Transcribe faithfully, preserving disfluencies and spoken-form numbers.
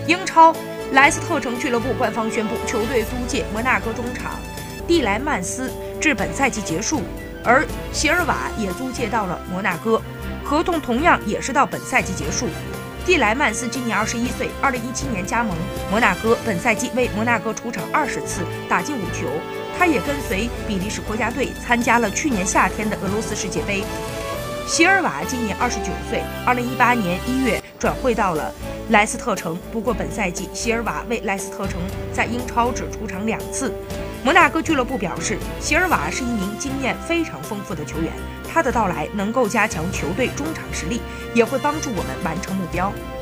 英超，莱斯特城俱乐部官方宣布，球队租借摩纳哥中场蒂莱曼斯至本赛季结束，而席尔瓦也租借到了摩纳哥，合同同样也是到本赛季结束。蒂莱曼斯今年二十一岁，二零一七年加盟摩纳哥，本赛季为摩纳哥出场二十次，打进五球。他也跟随比利时国家队参加了去年夏天的俄罗斯世界杯。席尔瓦今年二十九岁，二零一八年一月转会到了莱斯特城，不过本赛季席尔瓦为莱斯特城在英超只出场两次。摩纳哥俱乐部表示，席尔瓦是一名经验非常丰富的球员，他的到来能够加强球队中场实力，也会帮助我们完成目标。